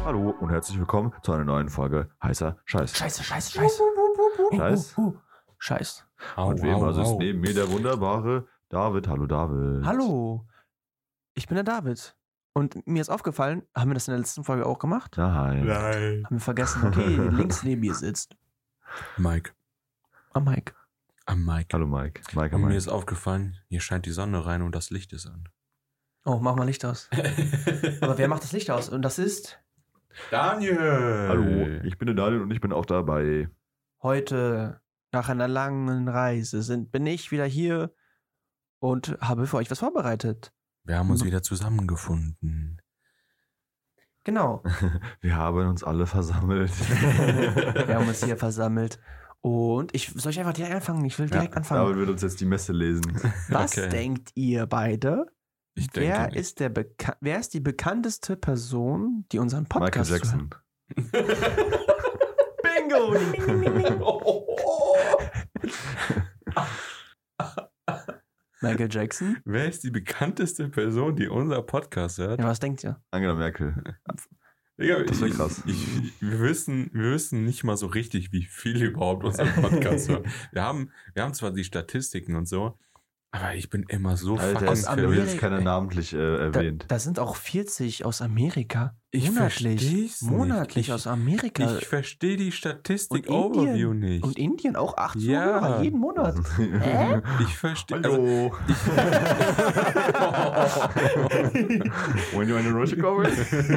Hallo und herzlich willkommen zu einer neuen Folge Heißer Scheiß. Scheiß. Scheiß. Und wie immer sitzt neben mir der wunderbare David. Hallo David. Hallo, ich bin der David. Und mir ist aufgefallen, haben wir das in der letzten Folge auch gemacht? Nein. Haben wir vergessen, okay, links neben mir sitzt Mike. Mike. Hallo Mike. Und mir ist aufgefallen, hier scheint die Sonne rein und das Licht ist an. Oh, mach mal Licht aus. Aber wer macht das Licht aus? Und das ist Daniel! Hallo, ich bin der Daniel und ich bin auch dabei. heute, nach einer langen Reise, bin ich wieder hier und habe für euch was vorbereitet. Wir haben uns wieder zusammengefunden. Genau, Wir haben uns alle versammelt. wir haben uns hier versammelt. Und soll ich einfach direkt anfangen? Ich will direkt anfangen. David wird uns jetzt die Messe lesen. Was Okay. denkt ihr beide? Ich denke Wer nicht. ist die bekannteste Person, die unseren Michael Podcast Jackson. Bingo! Ding, ding, ding, ding, ding. Michael Jackson? Wer ist die bekannteste Person, die unser Podcast hört? Ja, was denkt ihr? Angela Merkel. Digga, Das wär krass. Wir wissen nicht mal so richtig, wie viele überhaupt unseren Podcast hören. Wir haben zwar die Statistiken und so, aber ich bin immer so Alter, aus da wird jetzt Amerika- keiner namentlich erwähnt. Da sind auch 40 aus Amerika. Ich Monatlich. versteh's nicht. Monatlich aus Amerika. Ich verstehe die Und Statistik-Overview Indien. nicht. Und Indien auch 8 Ja. Zuhörer jeden Monat. Hä? Ich verstehe. Also, Hallo. When you in the Russia covered?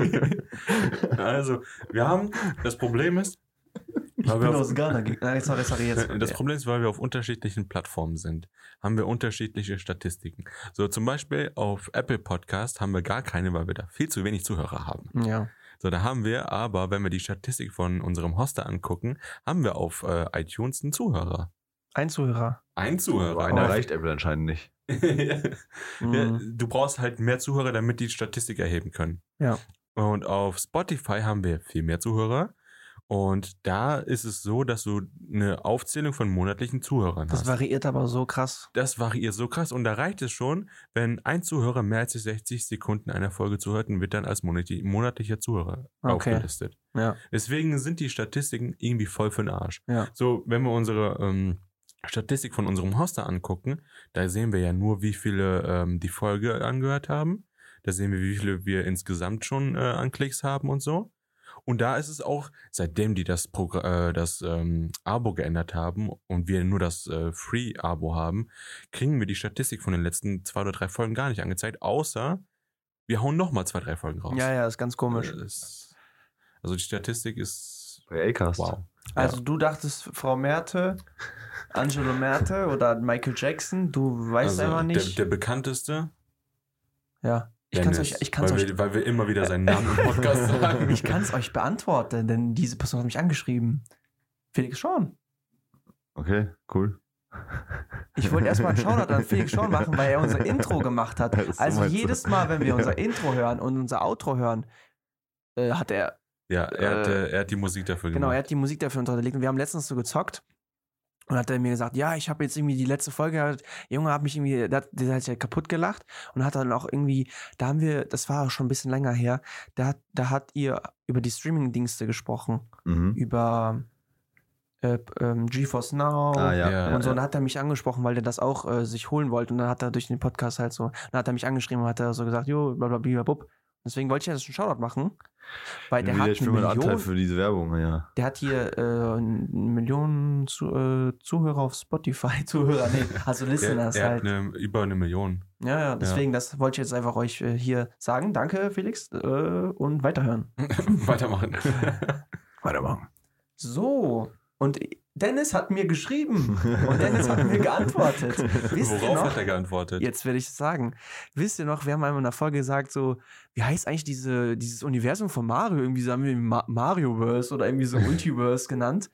also, wir haben, das Problem ist, Ich weil bin wir aus auf, Ghana. Nein, sorry, jetzt. das Problem ist, weil wir auf unterschiedlichen Plattformen sind, haben wir unterschiedliche Statistiken. So zum Beispiel auf Apple Podcast haben wir gar keine, weil wir da viel zu wenig Zuhörer haben. Ja. So, da haben wir aber, wenn wir die Statistik von unserem Hoster angucken, haben wir auf iTunes einen Zuhörer. Ein Zuhörer. Ein Zuhörer. Einer Einer reicht Apple anscheinend nicht. ja, Mhm. du brauchst halt mehr Zuhörer, damit die Statistik erheben können. Ja. Und auf Spotify haben wir viel mehr Zuhörer. Und da ist es so, dass du eine Aufzählung von monatlichen Zuhörern Das hast. variiert aber so krass. Das variiert so krass. Und da reicht es schon, wenn ein Zuhörer mehr als 60 Sekunden einer Folge zuhört und wird dann als monatlicher Zuhörer Okay. aufgelistet. Ja. Deswegen sind die Statistiken irgendwie voll für den Arsch. Ja. So, wenn wir unsere Statistik von unserem Hoster angucken, da sehen wir ja nur, wie viele die Folge angehört haben. Da sehen wir, wie viele wir insgesamt schon an Klicks haben und so. Und da ist es auch, seitdem die das Abo geändert haben und wir nur das Free-Abo haben, kriegen wir die Statistik von den letzten 2 oder 3 Folgen gar nicht angezeigt, außer wir hauen nochmal 2, 3 Folgen raus. Ja, ist ganz komisch. Also die Statistik ist Bei Acast. wow. Also du dachtest, Frau Merte, Angelo Merte oder Michael Jackson, du weißt Also einfach nicht. Der bekannteste. Ja. Dennis, weil wir immer wieder seinen Namen im Podcast sagen. Ich kann es euch beantworten, denn diese Person hat mich angeschrieben. Felix Schorn. Okay, cool. Ich wollte erstmal einen Shoutout an Felix Schorn machen, weil er unser Intro gemacht hat. So Also meinst du. jedes Mal, wenn wir unser Intro hören und unser Outro hören, hat er, Ja, er hat die Musik dafür genau, er gemacht. hat die Musik dafür unterlegt. Und wir haben letztens so gezockt. Und hat er mir gesagt, ja, ich habe jetzt irgendwie die letzte Folge gehört, Junge hat mich irgendwie, der hat ja kaputt gelacht und hat dann auch irgendwie, das war auch schon ein bisschen länger her, da hat ihr über die Streaming-Dienste gesprochen, Mhm. über GeForce Now Ja. und so, und dann hat er mich angesprochen, weil der das auch sich holen wollte und dann hat er durch den Podcast halt so, dann hat er mich angeschrieben und hat er so gesagt, jo, blablabla. Deswegen wollte ich ja das einen Shoutout machen, weil der hat Ich eine will meinen Anteil Million, für diese Werbung, ja. der hat hier Millionen Zuhörer auf Spotify, also Listeners Er halt. hat über 1 Million. Ja, deswegen, das wollte ich jetzt einfach euch hier sagen. Danke, Felix, und weiterhören. Weitermachen. Weitermachen. So, und Dennis hat mir geschrieben und Dennis hat mir geantwortet. Wisst ihr Worauf noch? hat er geantwortet? Jetzt werde ich es sagen. Wisst ihr noch, wir haben einmal in einer Folge gesagt, so, wie heißt eigentlich dieses Universum von Mario? Irgendwie so haben wir Marioverse oder irgendwie so Multiverse genannt.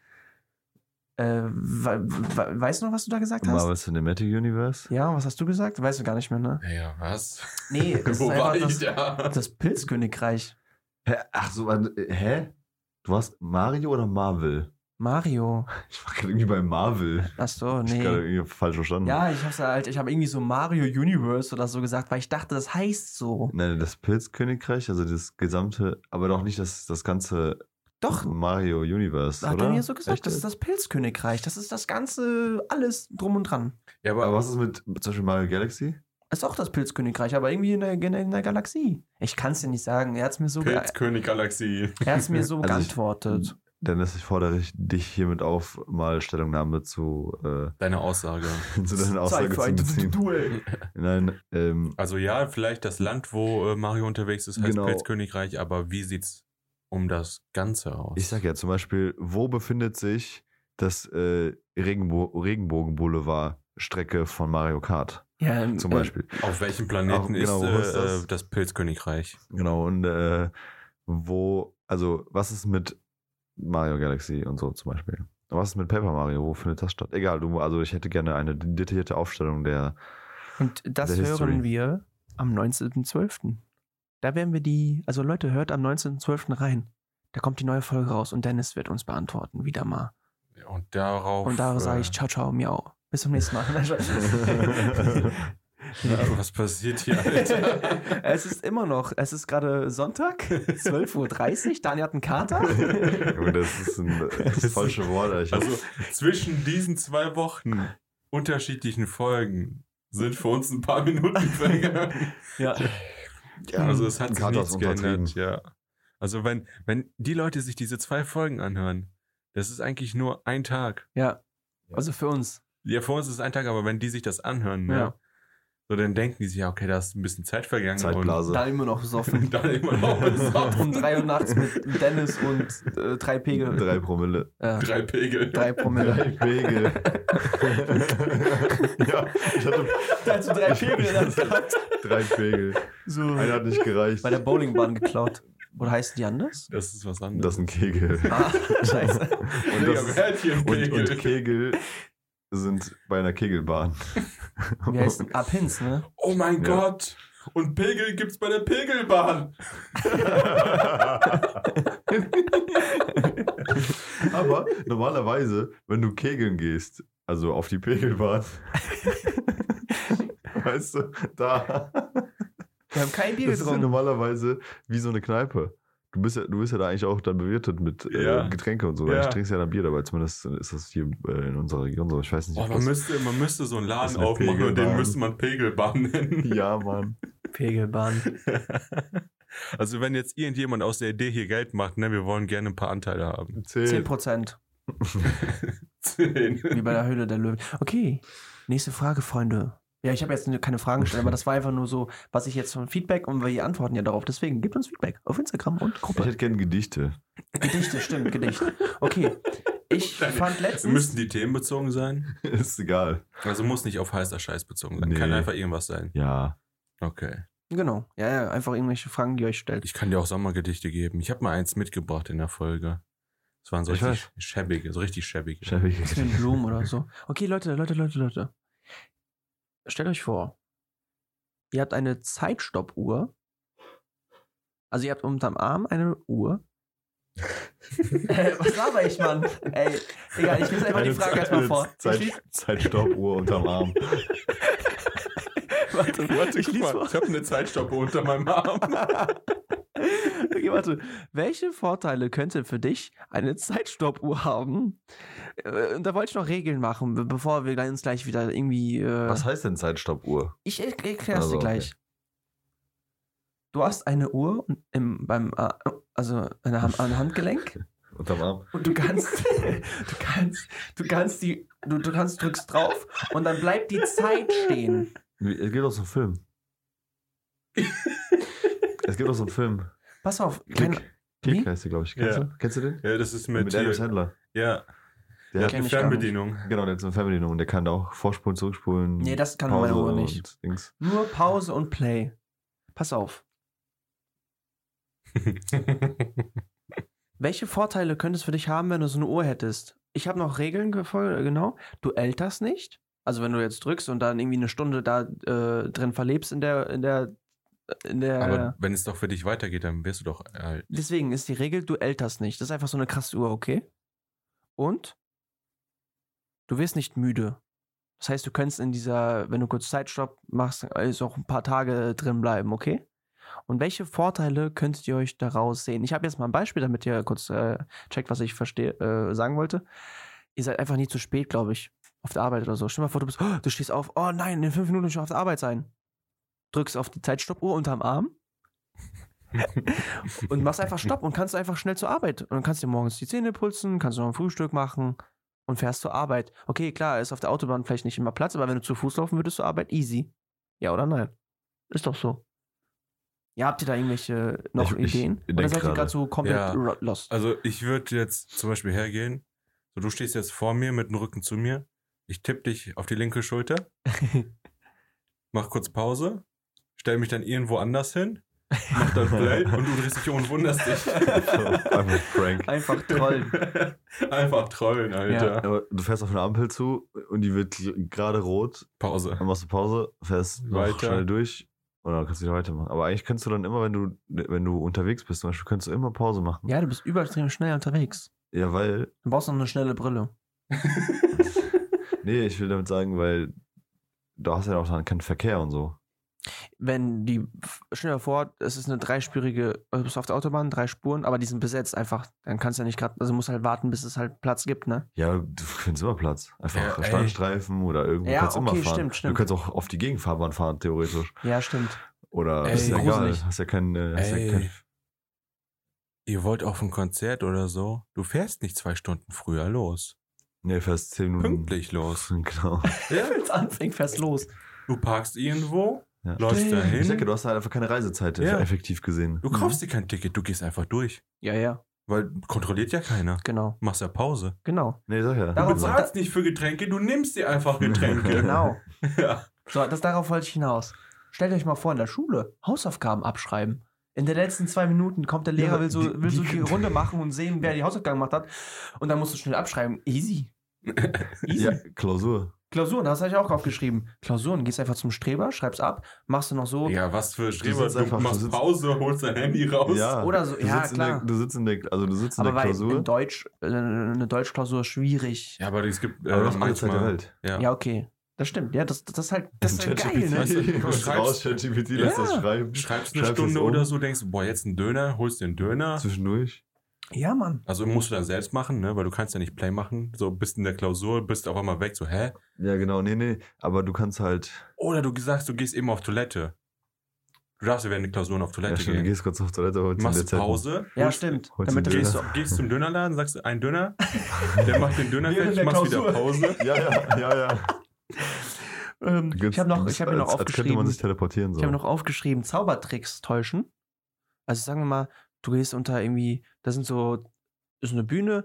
Weißt du noch, was du da gesagt hast? Marvel Cinematic Universe? Ja, was hast du gesagt? Weißt du gar nicht mehr, ne? Ja, was? Nee, das Wo ist war einfach ich da? das Pilzkönigreich. Hä? Ach so, hä? Du hast Mario oder Marvel? Mario. Ich war gerade irgendwie bei Marvel. Achso, Ich nee. gerade irgendwie falsch verstanden. Ja, ich habe irgendwie so Mario Universe oder so gesagt, weil ich dachte, das heißt so. Nein, das Pilzkönigreich, also das gesamte, aber doch nicht das ganze Doch, Mario Universe, hat oder? er mir so gesagt, Echt das ist das Pilzkönigreich. Das ist das ganze, alles drum und dran. Ja, Aber was ist mit zum Beispiel Mario Galaxy? Das ist auch das Pilzkönigreich, aber irgendwie in der Galaxie. Ich kann es dir nicht sagen. Er hat es mir so, Pilzkönig Galaxie. so Also ich- geantwortet. Dennis, ich fordere dich hiermit auf, mal Stellungnahme zu Deine Aussage. deiner Aussage zu beziehen. Duell. Nein, Also ja, vielleicht das Land, wo Mario unterwegs ist, heißt Genau. Pilzkönigreich, aber wie sieht's um das Ganze aus? ich sag ja zum Beispiel, wo befindet sich das Regenbogen-Boulevard-Strecke von Mario Kart? Ja, Zum Beispiel. Auf welchem Planeten Genau, wo ist das? das Pilzkönigreich? Genau, und was ist mit Mario Galaxy und so zum Beispiel? Was ist mit Paper Mario? Wo findet das statt? Egal, ich hätte gerne eine detaillierte Aufstellung der. Und das der hören History. wir am 19.12. Da werden wir also Leute, hört am 19.12. rein. Da kommt die neue Folge raus und Dennis wird uns beantworten, wieder mal. Und darauf. Und da sage ich ciao, ciao, miau. Bis zum nächsten Mal. was passiert hier, Alter? Es ist gerade Sonntag, 12.30 Uhr. Daniel hat einen Kater. Junge, das ist das falsche Wort. Alter. Also zwischen diesen 2 Wochen unterschiedlichen Folgen sind für uns ein paar Minuten vergangen. Ja. Also es hat ein sich Kater nichts ist untertrieben. geändert. Ja. Also wenn die Leute sich diese 2 Folgen anhören, das ist eigentlich nur ein Tag. Ja. Also für uns. Ja, für uns ist es ein Tag, aber wenn die sich das anhören, ne, Ja. so dann denken die sich, ja, okay, da ist ein bisschen Zeit vergangen. Zeitblase. Da immer noch besoffen. Und dann immer noch besoffen. Um 3 Uhr nachts mit Dennis und 3 Pegel. 3 Promille. 3 Pegel. 3 Promille. 3 Pegel. Ja, ich hatte Also 3 Pegel in der Hand. 3 Pegel. So. Einer hat nicht gereicht. Bei der Bowlingbahn geklaut. Oder heißen die anders? Das ist was Das anderes. ist ein Kegel. Ah, scheiße. Und, Digga, das wer hat hier einen Pegel? und Kegel sind bei einer Kegelbahn. Wie heißt Pins, ne? Oh mein Ja. Gott! Und Pegel gibt's bei der Pegelbahn! Aber normalerweise, wenn du kegeln gehst, also auf die Pegelbahn, weißt du, da Wir haben kein Bier das ist ja getrunken. normalerweise wie so eine Kneipe. Du bist ja da eigentlich auch dann bewirtet mit Ja. Getränke und so. Ja. Ich trinke ja dann Bier dabei, zumindest ist das hier in unserer Region so. Ich weiß nicht, Oh, ob man das... müsste so einen Das Laden ist eine aufmachen und den Pegelbahn. müsste man Pegelbahn nennen. Ja, Mann. Pegelbahn. Also wenn jetzt irgendjemand aus der Idee hier Geld macht, ne, wir wollen gerne ein paar Anteile haben. 10%. 10. Wie bei der Höhle der Löwen. Okay, nächste Frage, Freunde. Ja, ich habe jetzt keine Fragen gestellt, aber das war einfach nur so, was ich jetzt von Feedback und wir antworten ja darauf. Deswegen gebt uns Feedback auf Instagram und Ich Gruppe. hätte gerne Gedichte. Gedichte, stimmt, Gedichte. Okay, ich fand letztens... Müssen die themenbezogen sein? Ist egal. Also muss nicht auf heißer Scheiß bezogen sein. Nee. Kann einfach irgendwas sein. Ja. Okay. Genau, ja, einfach irgendwelche Fragen, die ihr euch stellt. Ich kann dir auch Sommergedichte geben. Ich habe mal eins mitgebracht in der Folge. Das waren so Ich richtig schäbige, so richtig schäbige. Mit den Blumen oder so. Okay, Leute. Stellt euch vor, ihr habt eine Zeitstoppuhr. Also ihr habt unterm Arm eine Uhr. Was laber ich, Mann? Ey, egal, ich lese einfach die Frage erstmal vor. Zeitstoppuhr unterm Arm. Warte, ich guck lies mal, vor. ich habe eine Zeitstoppuhr unter meinem Arm. Okay, warte. Welche Vorteile könnte für dich eine Zeitstoppuhr haben? Und da wollte ich noch Regeln machen, bevor wir uns gleich wieder irgendwie... Was heißt denn Zeitstoppuhr? Ich erkläre es Also, dir gleich. Du hast eine Uhr beim Handgelenk Unterm Arm. und du drückst drauf und dann bleibt die Zeit stehen. Es gibt auch so einen Film. Es gibt auch so einen Film. Pass auf, Klick Wie? heißt der, glaube ich. Ja. Kennst du den? Ja, das ist mit Adam hier. Sandler. Ja, Der der hat, hat eine kenn ich gar nicht. Fernbedienung. genau, der hat so eine Fernbedienung und der kann da auch vorspulen, zurückspulen. Nee, das kann Pause meine Uhr nicht. und Dings. Nur Pause und Play. Pass auf. Welche Vorteile könnte es für dich haben, wenn du so eine Uhr hättest? Ich habe noch Regeln gefolgt, genau. Du älterst nicht. Also wenn du jetzt drückst und dann irgendwie eine Stunde da drin verlebst in der Aber wenn es doch für dich weitergeht, dann wirst du doch alt. deswegen ist die Regel, du älterst nicht. Das ist einfach so eine krasse Uhr, okay? Und du wirst nicht müde. Das heißt, du könntest wenn du kurz Zeitstopp machst, also auch ein paar Tage drin bleiben, okay? Und welche Vorteile könntet ihr euch daraus sehen? Ich habe jetzt mal ein Beispiel, damit ihr kurz checkt, was ich sagen wollte. Ihr seid einfach nie zu spät, glaube ich, auf der Arbeit oder so. Stell dir mal vor, du stehst auf, oh nein, in 5 Minuten muss ich auf der Arbeit sein. Drückst auf die Zeitstoppuhr unterm Arm und machst einfach Stopp und kannst einfach schnell zur Arbeit. Und dann kannst du dir morgens die Zähne putzen, kannst du noch ein Frühstück machen und fährst zur Arbeit. Okay, klar, ist auf der Autobahn vielleicht nicht immer Platz, aber wenn du zu Fuß laufen würdest zur Arbeit, easy. Ja oder nein? Ist doch so. Ja, habt ihr da irgendwelche noch Ideen? Ich Oder seid ihr gerade. gerade so komplett Ja. lost? Also ich würde jetzt zum Beispiel hergehen, so du stehst jetzt vor mir mit dem Rücken zu mir, ich tippe dich auf die linke Schulter, mach kurz Pause, stell mich dann irgendwo anders hin, mach dann Play und du drehst dich um und wunderst dich. Einfach Prank. Einfach trollen. Einfach trollen, Alter. Aber du fährst auf eine Ampel zu und die wird gerade rot. Pause. Dann machst du Pause, fährst noch Weiter. schnell durch und dann kannst du wieder weitermachen. Aber eigentlich könntest du dann immer, wenn du unterwegs bist, zum Beispiel, könntest du immer Pause machen. Ja, du bist übertrieben schnell unterwegs. Ja, weil, Du brauchst noch eine schnelle Brille. nee, ich will damit sagen, weil du hast ja auch dann keinen Verkehr und so. Stell dir vor, es ist eine dreispurige, du bist auf der Autobahn, 3 Spuren, aber die sind besetzt einfach. Dann kannst du ja nicht gerade, also musst halt warten, bis es halt Platz gibt, ne? Ja, du findest immer Platz. Einfach Ja, ey. Standstreifen oder irgendwo Ja, kannst du immer okay, fahren. stimmt. Du kannst auch auf die Gegenfahrbahn fahren, theoretisch. Ja, stimmt. Oder Ey, ist ja egal. gruselig. Hast ja kein, Ey. Ihr wollt auf ein Konzert oder so? Du fährst nicht 2 Stunden früher los. nee, fährst 10 Minuten. Pünktlich los. Genau. Ja? Wenn es anfängt, fährst los. Du parkst irgendwo, Ja. läufst Stimmt. dahin. Ich denke, du hast halt einfach keine Reisezeit, Ja. effektiv gesehen. Du kaufst dir kein Ticket, du gehst einfach durch. Ja, ja, Weil kontrolliert ja keiner. genau. Machst ja Pause. Genau. Nee, sag ja. Du Darauf- bezahlst nicht für Getränke, du nimmst dir einfach Getränke. Genau. Ja. So, darauf wollte ich hinaus. Stellt euch mal vor, in der Schule Hausaufgaben abschreiben. In den letzten 2 Minuten kommt der Lehrer, Ja, will so die die- Runde machen und sehen, wer die Hausaufgaben gemacht hat. Und dann musst du schnell abschreiben. Easy. Easy. Ja, Klausur. Klausuren, das habe ich auch aufgeschrieben. Klausuren, gehst einfach zum Streber, schreibst ab, machst du noch so. Ja, was für Streber. sitzt Du einfach- machst du sitzt- Pause, holst dein Handy raus. Ja. Oder so, Du ja, sitzt klar. du sitzt in der Aber weil Klausur. in Deutsch, eine Deutschklausur ist schwierig. Ja, aber es gibt aber du hast alle Zeit der manchmal. Welt. Ja. Ja, okay. Das stimmt. Ja, das ist halt geil, ChatGPT, ne? Weißt du, du holst schreibst- raus, ChatGPT lässt Ja. das schreiben. Schreibst eine Schreibst Stunde es um. oder so, denkst, boah, jetzt ein Döner, holst dir einen Döner. Zwischendurch. Ja, Mann. Also musst du dann selbst machen, ne? Weil du kannst ja nicht Play machen. So bist in der Klausur, bist auf einmal weg, so, hä? Ja, genau. Nee. Aber du kannst halt. Oder du sagst, du gehst eben auf Toilette. Du darfst ja während der Klausuren auf Ja, Toilette stimmt, du gehen. gehst kurz auf Toilette, holst in der Machst Zeit. Pause. Ja, holst- stimmt. holst Damit den du Gehst, Döner. gehst zum Dönerladen, sagst du, ein Döner. Der macht den Döner Während fertig, der machst wieder Klausur. Pause. Ja. Du gibst- ich habe du bist- mir noch als könnte man aufgeschrieben. sich teleportieren. So. Ich habe noch aufgeschrieben, Zaubertricks täuschen. Also sagen wir mal, du gehst unter irgendwie, das ist eine Bühne,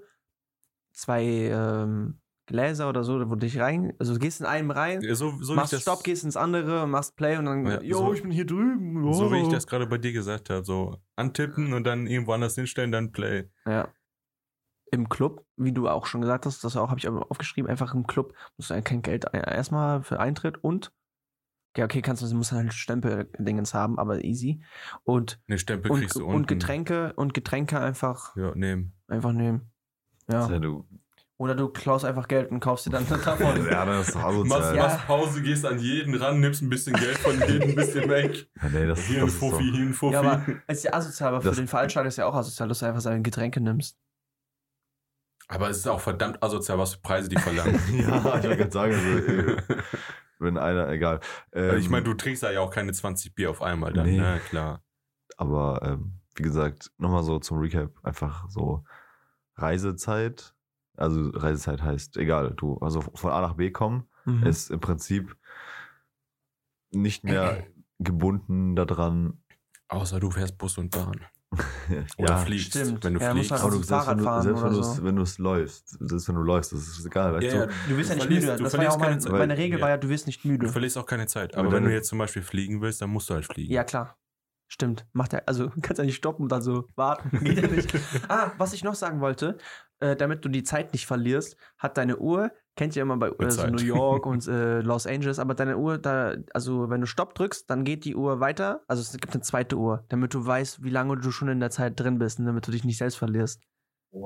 2 Gläser oder so, wo du dich rein, also du gehst in einem rein, Ja, so wie machst ich das, Stopp, gehst ins andere, machst Play und dann, Ja, yo, so- ich bin hier drüben. so wie ich oh. das gerade bei dir gesagt habe, so antippen und dann irgendwo anders hinstellen, dann Play. Ja. Im Club, wie du auch schon gesagt hast, das auch habe ich aber aufgeschrieben, einfach im Club musst du kein Geld erstmal für Eintritt und ja, okay, musst halt Stempel-Dingens haben, aber easy. Und, Ne, Stempel und, kriegst du und unten. Getränke einfach Ja, Einfach nehmen. Ja. Ja, du. Oder du klaust einfach Geld und kaufst dir dann davon. Ja, das ist doch Machst, asozial. Ja. machst Pause, gehst an jeden ran, nimmst ein bisschen Geld von jedem ein bisschen weg. Ja, nee, das, Hier ein das ist doch. Fuffi, hier ein Fuffi. Ja, aber es ist ja asozial, aber für Das- den Veranstalter ist ja auch asozial, dass du einfach seine Getränke nimmst. Aber es ist auch verdammt asozial, was für Preise die verlangen. Ja, ich wollte gerade sagen, so, wenn einer, egal. Weil ich meine, du trinkst da ja auch keine 20 Bier auf einmal dann, Nee. ne? Klar. Aber wie gesagt, nochmal so zum Recap, einfach so Reisezeit. Also Reisezeit heißt, egal, du, also von A nach B kommen, Mhm. ist im Prinzip nicht mehr gebunden daran. Außer du fährst Bus und Bahn. Oder ja, fliegst. stimmt. Wenn du Ja, fliegst. muss aber man du, Fahrrad selbst fahren wenn oder du so. wenn du es läufst, selbst wenn du läufst, das ist egal, weißt Ja, du? ja, Du wirst ja nicht verlierst- müde. du Das war ja auch verlierst keine meine Zeit. meine Regel, Ja. war ja, du wirst nicht müde. Du verlierst auch keine Zeit. Aber Aber wenn du deine- jetzt zum Beispiel fliegen willst, dann musst du halt fliegen. Ja, klar. Stimmt. Macht er, also kannst ja nicht stoppen und dann so warten. Geht ja nicht. Was ich noch sagen wollte, damit du die Zeit nicht verlierst, hat deine Uhr, kennt ihr immer bei so Bezahlt. New York und Los Angeles, aber deine Uhr, also wenn du Stopp drückst, dann geht die Uhr weiter. Also es gibt eine zweite Uhr, damit du weißt, wie lange du schon in der Zeit drin bist und damit du dich nicht selbst verlierst. Boah,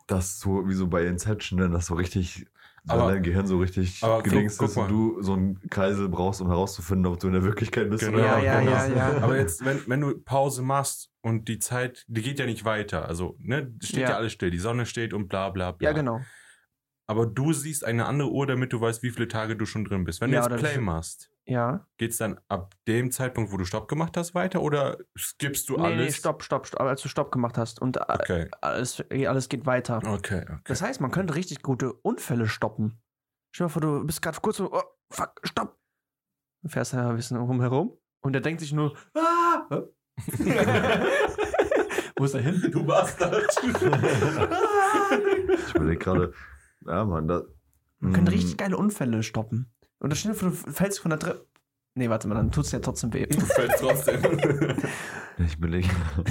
das so wie so bei Inception, dann das so richtig, Aber- dein Gehirn so richtig aber gedingst guck ist mal. und du so einen Kreisel brauchst, um herauszufinden, ob du in der Wirklichkeit bist Genau. oder Ja. Aber jetzt, wenn du Pause machst und die Zeit, die geht ja nicht weiter. Also, ne, steht ja Ja. alles still. Die Sonne steht und bla bla bla. Ja, genau. Aber du siehst eine andere Uhr, damit du weißt, wie viele Tage du schon drin bist. Wenn Ja, du oder jetzt wie Play viel- machst, Ja. geht's dann ab dem Zeitpunkt, wo du Stopp gemacht hast, weiter oder skippst du Nee, alles? stopp. Als du Stopp gemacht hast und Okay. alles geht weiter. Okay. Das heißt, man könnte richtig gute Unfälle stoppen. Stell dir mal vor, du bist gerade kurz so, oh, fuck, stopp. Du fährst da ein bisschen rumherum und der denkt sich nur, wo ist er hin? Du Bastard. Ich überlege gerade, ja, Mann, da. Man könnte richtig geile Unfälle stoppen. Und dann stell dir vor, du fällst von der Treppe. Nee, warte mal, dann tut's ja trotzdem weh. Du fällst trotzdem. Ich überlege.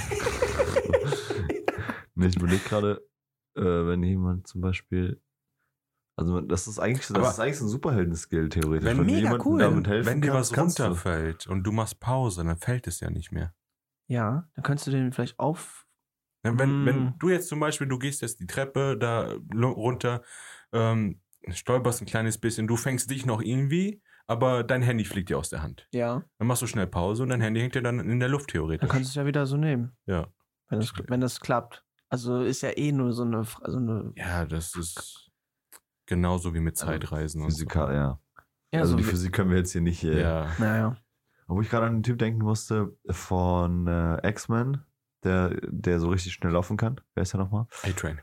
Ich überlege gerade, wenn jemand zum Beispiel. Also, das ist eigentlich so ein Superhelden-Skill, theoretisch. Wenn- du mega jemandem cool. damit helfen Wenn dir was kannst du. runterfällt und du machst Pause, dann fällt es ja nicht mehr. Ja, dann könntest du den vielleicht auf. Wenn du jetzt zum Beispiel, du gehst jetzt die Treppe da runter, stolperst ein kleines bisschen, du fängst dich noch irgendwie, aber dein Handy fliegt dir aus der Hand. Ja, Dann machst du schnell Pause und dein Handy hängt dir dann in der Luft dann theoretisch. kannst du es ja wieder so nehmen. Ja. Wenn das klappt. Also ist ja eh nur so eine. Ja, das ist genauso wie mit Zeitreisen und so. Physiker, ja. Ja, Also so die wie- Physik können wir jetzt hier nicht. Ja. Naja. Obwohl ich gerade an den Typ denken musste von X-Men, der so richtig schnell laufen kann. Wer ist der nochmal? A-Train.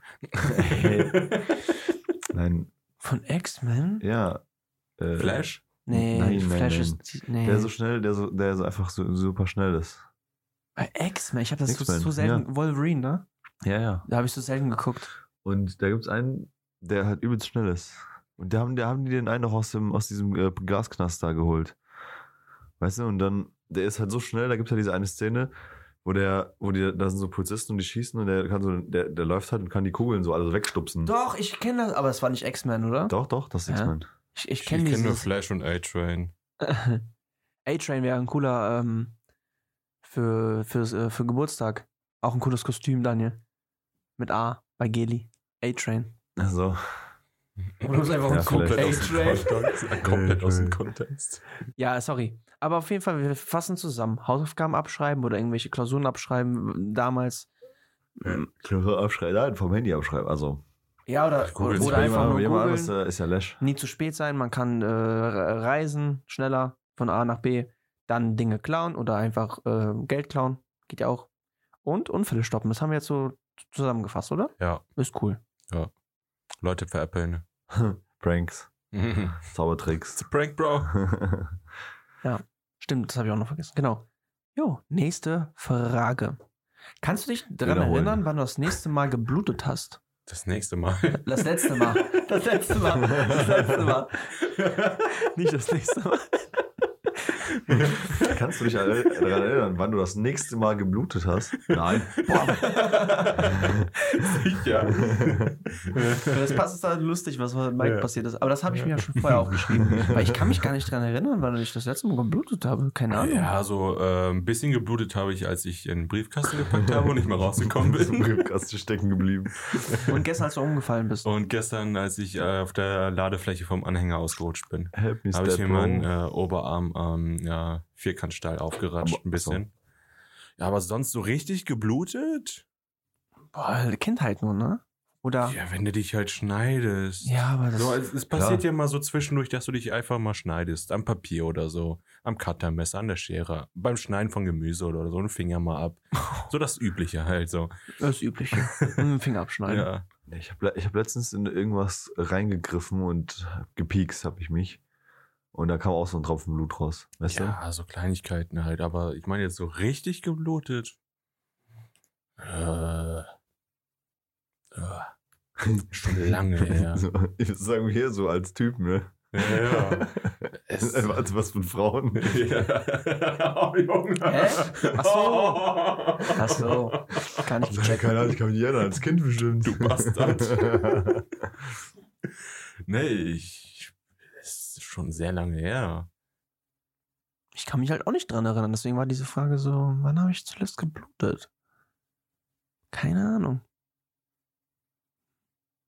Nein, Von X-Men? ja. Flash? Nee, Nein, Flash nein. ist. Nee. Der so schnell, der so einfach so super schnell ist. Bei X-Men, ich habe das X-Men, so selten. Wolverine, ne? Ja, ja. Da habe ich so selten geguckt. Und da gibt es einen, der halt übelst schnell ist. Und da haben die den einen noch aus diesem Gasknast da geholt. Weißt du, und dann, der ist halt so schnell, da gibt es ja diese eine Szene, da sind so Polizisten und die schießen und der läuft halt und kann die Kugeln so alle so wegstupsen. Doch, ich kenne das, aber es war nicht X-Men, oder? Doch, das ist Ja. X-Men. Ich Ich kenne kenne nur dieses. Flash und A-Train. A-Train wäre ein cooler für Geburtstag. Auch ein cooles Kostüm, Daniel. Mit A bei Geli. A-Train. Also, Oder ist einfach Ja, ein Komplett aus dem A-Train. Kontext. Komplett aus dem Kontext. Ja, sorry. Aber auf jeden Fall, wir fassen zusammen. Hausaufgaben abschreiben oder irgendwelche Klausuren abschreiben. Damals. Klausur abschreiben, nein, vom Handy abschreiben. Also, Ja, oder googel's oder mal. einfach nur jemand googeln. anderes ist ja Lash. Nie zu spät sein. Man kann reisen, schneller von A nach B. Dann Dinge klauen oder einfach Geld klauen. Geht ja auch. Und Unfälle stoppen. Das haben wir jetzt so zusammengefasst, oder? Ja. Ist cool. Leute veräppeln. Pranks, It's Zaubertricks. a prank, bro. Stimmt, das habe ich auch noch vergessen. Genau. Jo, nächste Frage. Kannst du dich daran Wiederholen. erinnern, wann du das nächste Mal geblutet hast? Das nächste Mal. Das letzte Mal. Das letzte Mal. Das letzte Mal. Nicht das nächste Mal. Kannst du dich daran erinnern, wann du das nächste Mal geblutet hast? Nein. Sicher. Das passt, ist halt lustig, was mit Mike Ja. passiert ist. Aber das habe ich mir ja schon vorher aufgeschrieben. Weil ich kann mich gar nicht daran erinnern, wann ich das letzte Mal geblutet habe. Keine Ahnung. Ja, so ein bisschen geblutet habe ich, als ich in den Briefkasten gepackt habe und nicht mehr rausgekommen Bist im bin. Briefkasten stecken geblieben. Und gestern, als du umgefallen bist. Und gestern, als ich auf der Ladefläche vom Anhänger ausgerutscht bin, Help me, habe ich Step mir Bro. meinen Oberarm Vierkantstahl aufgeratscht, Aber ein bisschen. Ja, aber sonst so richtig geblutet? Boah, Kindheit nur, ne? Oder? Ja, wenn du dich halt schneidest. Ja, aber das. So, es passiert ja mal so zwischendurch, dass du dich einfach mal schneidest. Am Papier oder so. Am Cuttermesser, an der Schere. Beim Schneiden von Gemüse oder so. Einen Finger mal ab. So das Übliche halt so. Das Übliche. Mit dem Finger abschneiden. Ja. Ich hab letztens in irgendwas reingegriffen und gepiekst habe ich mich. Und da kam auch so ein Tropfen Blut raus. Weißt Ja, so Kleinigkeiten halt. Aber ich meine jetzt so richtig geblutet. Schon lange du? her. So, ich würde sagen, hier so als Typ, ne? Ja. Also was mit Frauen. Oh, Junge. Hä? Ach so. Ach so. Kann ich checken. Keine Ahnung, ich kann mich nicht erinnern, als Kind bestimmt. Du Bastard. Nee, es ist schon sehr lange her. Ich kann mich halt auch nicht dran erinnern. Deswegen war diese Frage so, wann habe ich zuletzt geblutet? Keine Ahnung.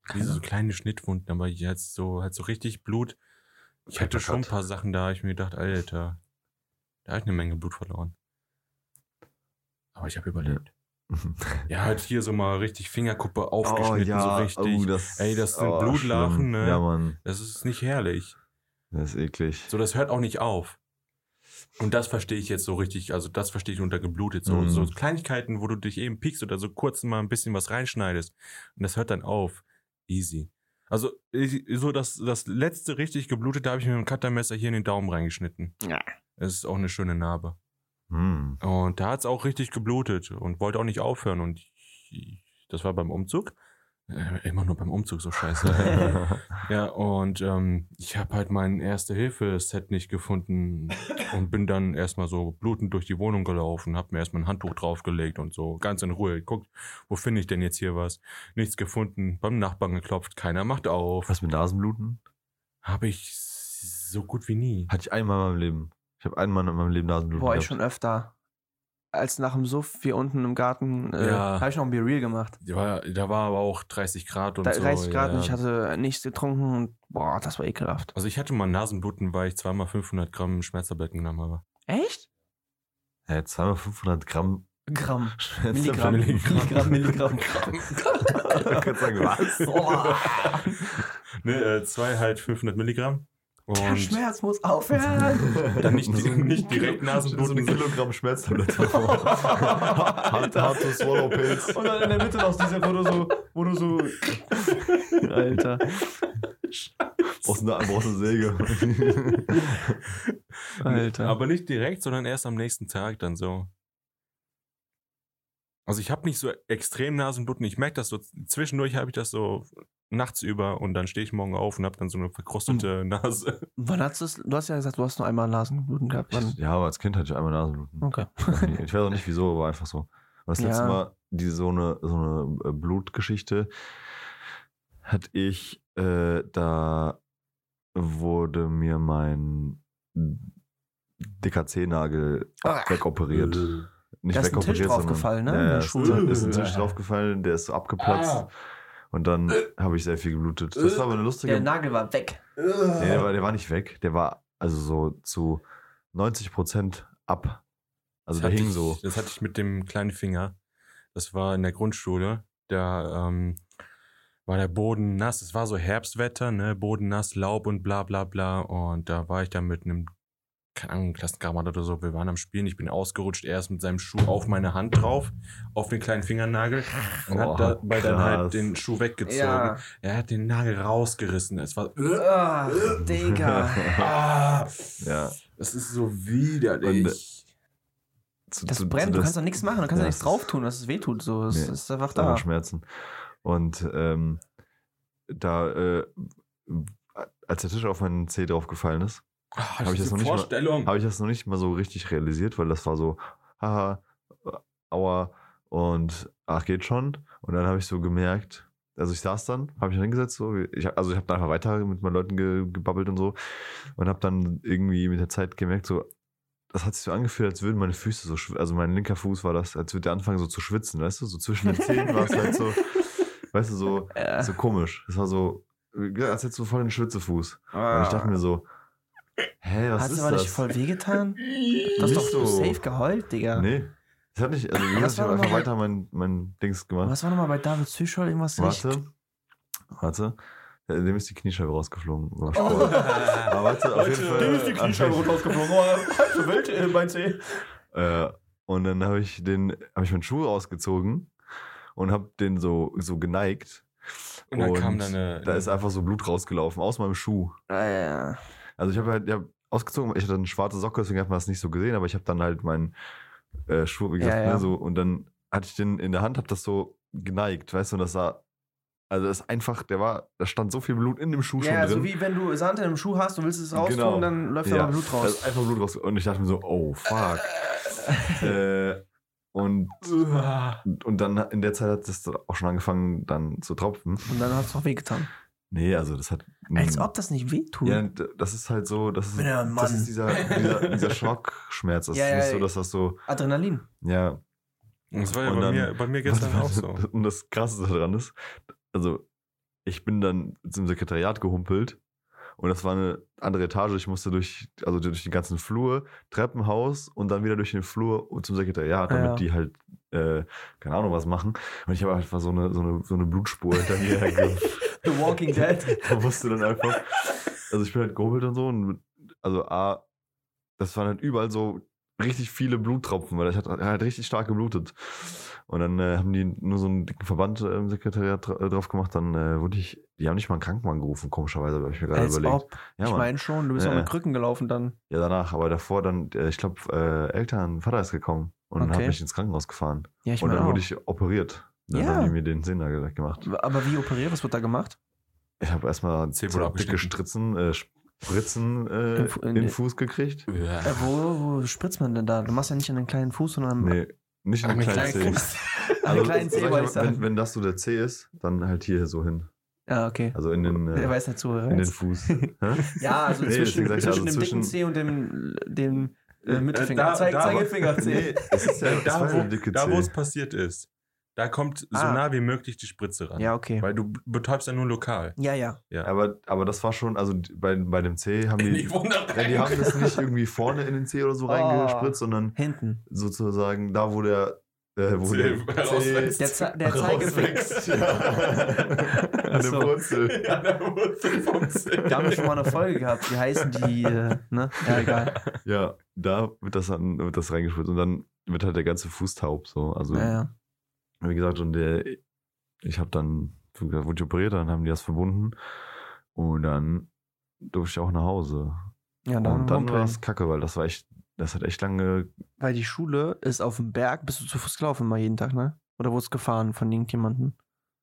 Diese so kleine Schnittwunden, aber jetzt so, halt so richtig Blut. Ich hatte schon ein paar Sachen da, ich mir gedacht, Alter, da habe ich eine Menge Blut verloren. Aber ich habe überlebt. Ja, halt hier so mal richtig Fingerkuppe aufgeschnitten, so richtig. Das sind Blutlachen, schlimm. Ne? Ja, Mann. Das ist nicht herrlich. Das ist eklig. So, das hört auch nicht auf. Und das verstehe ich jetzt so richtig, also das verstehe ich unter geblutet. So Kleinigkeiten, wo du dich eben piekst oder so kurz mal ein bisschen was reinschneidest. Und das hört dann auf. Easy. Also, so das letzte richtig geblutete habe ich mit dem Cuttermesser hier in den Daumen reingeschnitten. Ja. Das ist auch eine schöne Narbe. Und da hat es auch richtig geblutet und wollte auch nicht aufhören. Und das war beim Umzug. Immer nur beim Umzug, so scheiße. Ja, und ich habe halt mein Erste-Hilfe-Set nicht gefunden und bin dann erstmal so blutend durch die Wohnung gelaufen, habe mir erstmal ein Handtuch draufgelegt und so ganz in Ruhe geguckt, wo finde ich denn jetzt hier was? Nichts gefunden, beim Nachbarn geklopft, keiner macht auf. Was mit Nasenbluten? Habe ich so gut wie nie. Hatte ich einmal in meinem Leben. Ich habe einmal in meinem Leben Nasenbluten gehabt. Ich schon öfter. Als nach dem Suff hier unten im Garten habe ich noch ein Be Real gemacht. Da war aber auch 30 Grad und 30 Grad und ich hatte nichts getrunken und boah, das war ekelhaft. Also ich hatte mal Nasenbluten, weil ich zweimal 500 Gramm Schmerztabletten genommen habe. Echt? Ja, zweimal 500 Gramm. Milligramm. Milligramm. Du kannst sagen, was? Ne, 2 halt 500 Milligramm. Und der Schmerz muss aufhören. Dann nicht direkt Nasenbluten. So 1 Kilogramm Schmerztablette. Hard to swallow Pills. Und dann in der Mitte noch diese, wo du so Alter. Brauchst eine Säge. Alter. Aber nicht direkt, sondern erst am nächsten Tag dann so. Also ich habe nicht so extrem Nasenbluten. Ich merke das so, zwischendurch habe ich das so nachts über und dann stehe ich morgen auf und habe dann so eine verkrustete Nase. Wann hast du es? Du hast ja gesagt, du hast nur einmal Nasenbluten gehabt. Ja, aber als Kind hatte ich einmal Nasenbluten. Okay. Ich weiß auch nicht wieso, aber einfach so. Und das letzte Mal, so eine Blutgeschichte hatte ich, da wurde mir mein DKC-Nagel wegoperiert. Nicht da ist ein Tisch draufgefallen, ne? Ja, ist ein Tisch draufgefallen, der ist so abgeplatzt. Und dann habe ich sehr viel geblutet. Das war aber eine lustige... Der Nagel war weg. Nee, der war nicht weg. Der war also so zu 90% ab. Also der hing so. Das hatte ich mit dem kleinen Finger. Das war in der Grundschule. Da war der Boden nass. Es war so Herbstwetter, ne? Boden nass, Laub und bla bla bla. Und da war ich dann mit einem, keine Ahnung, Klassenkamerad oder so. Wir waren am Spielen. Ich bin ausgerutscht. Er ist mit seinem Schuh auf meine Hand drauf, auf den kleinen Fingernagel. Und hat dabei dann halt den Schuh weggezogen. Ja. Er hat den Nagel rausgerissen. Es war... Digga. Ja. Das ist so widerlich. Das brennt. Du kannst doch nichts machen. Du kannst ja nichts drauf tun, dass es wehtut. So. Es ist einfach da. Schmerzen. Und als der Tisch auf meinen Zeh draufgefallen ist, habe ich das noch nicht mal so richtig realisiert, weil das war so, haha, aua und ach, geht schon. Und dann habe ich so gemerkt, also ich saß dann, habe mich hingesetzt, so, ich habe dann einfach weiter mit meinen Leuten gebabbelt und so und habe dann irgendwie mit der Zeit gemerkt, so, das hat sich so angefühlt, als würden meine Füße so, also mein linker Fuß war das, als würde der anfangen so zu schwitzen, weißt du, so zwischen den Zähnen war es halt so, weißt du, so komisch. Das war so, als hättest du voll den Schwitzefuß. Und ich dachte mir so, hä, was ist das? Hast du aber nicht voll wehgetan? Du hast doch so safe geheult, Digga. Nee. Das hat nicht, also ich habe einfach weiter mein Dings gemacht. Was war nochmal bei David Züschol irgendwas? Warte. Dem ist die Kniescheibe rausgeflogen. Aber warte, auf jeden Fall. Dem ist die Kniescheibe rausgeflogen. Halbe Welt, mein Zeh. Und dann habe ich meinen Schuh rausgezogen und habe den so geneigt. Und dann kam dann da ist einfach so Blut rausgelaufen aus meinem Schuh. Ja. Also ich habe ausgezogen, ich hatte eine schwarze Socke, deswegen hat man das nicht so gesehen, aber ich habe dann halt meinen Schuh, wie gesagt, ne, so, und dann hatte ich den in der Hand, habe das so geneigt, weißt du, und das sah, also das ist einfach, da stand so viel Blut in dem Schuh schon drin. Ja, so wie wenn du Sand in einem Schuh hast, du willst es raustun, dann läuft da Blut raus. Also einfach Blut raus. Und ich dachte mir so, oh fuck. Und dann in der Zeit hat das auch schon angefangen, dann zu tropfen. Und dann hat es auch wehgetan. Nee, also das hat... Als ob das nicht wehtut. Ja, das ist halt so, das ist dieser Schockschmerz. Das ist nicht so, dass das so... Adrenalin. Ja. Das war ja bei mir gestern auch so. Und das Krasse daran ist, also ich bin dann zum Sekretariat gehumpelt und das war eine andere Etage. Ich musste durch den ganzen Flur, Treppenhaus und dann wieder durch den Flur zum Sekretariat, damit die halt, keine Ahnung, was machen. Und ich habe einfach so eine Blutspur hinter mir The Walking Dead. Da wusste dann einfach, also ich bin halt gehumpelt und so und das waren halt überall so richtig viele Bluttropfen, weil ich halt richtig stark geblutet. Und dann haben die nur so einen dicken Verband im Sekretariat drauf gemacht, dann die haben nicht mal einen Krankenwagen gerufen, komischerweise, habe ich mir gerade überlegt. Ja, ich meine schon, du bist auch mit Krücken gelaufen dann. Ja, danach, aber davor dann, ich glaube, Vater ist gekommen und hat mich ins Krankenhaus gefahren. Ja, ich und meine dann auch. wurde ich operiert. Dann haben die mir den Sinn da gemacht. Aber wie operiert? Was wird da gemacht? Ich habe erstmal dicke Spritzen in den Fuß gekriegt. Wo spritzt man denn da? Du machst ja nicht an den kleinen Fuß, sondern Nee, nicht an den kleinen Zeh. An den kleinen Zeh, wollte ich sagen. Wenn das so der Zeh ist, dann halt hier so hin. Ja, okay. Also in den, der weiß nicht so, in den Fuß. Ja, also zwischen dem dicken Zeh und dem Mittelfinger. Zeigefinger-Zeh. Nee, es ist ja da, wo es passiert ist. Da kommt so nah wie möglich die Spritze ran. Ja, okay. Weil du betäubst ja nur lokal. Ja. Aber das war schon, also bei dem C haben die haben das nicht irgendwie vorne in den C oder so reingespritzt, sondern hinten. Sozusagen da, wo der rauswächst. Der Zeigefinger. An der Wurzel. An der Wurzel vom C. Da haben wir schon mal eine Folge gehabt. Wie heißen die, ne? Ja, egal. Ja, da wird das reingespritzt und dann wird halt der ganze Fuß taub, so. Also, wie gesagt, und ich habe dann, wurde ich operiert, dann haben die das verbunden und dann durfte ich auch nach Hause. Ja, und dann war es kacke, weil das hat echt lange... Weil die Schule ist auf dem Berg, bist du zu Fuß gelaufen mal jeden Tag, ne? Oder wurdest du gefahren von irgendjemandem?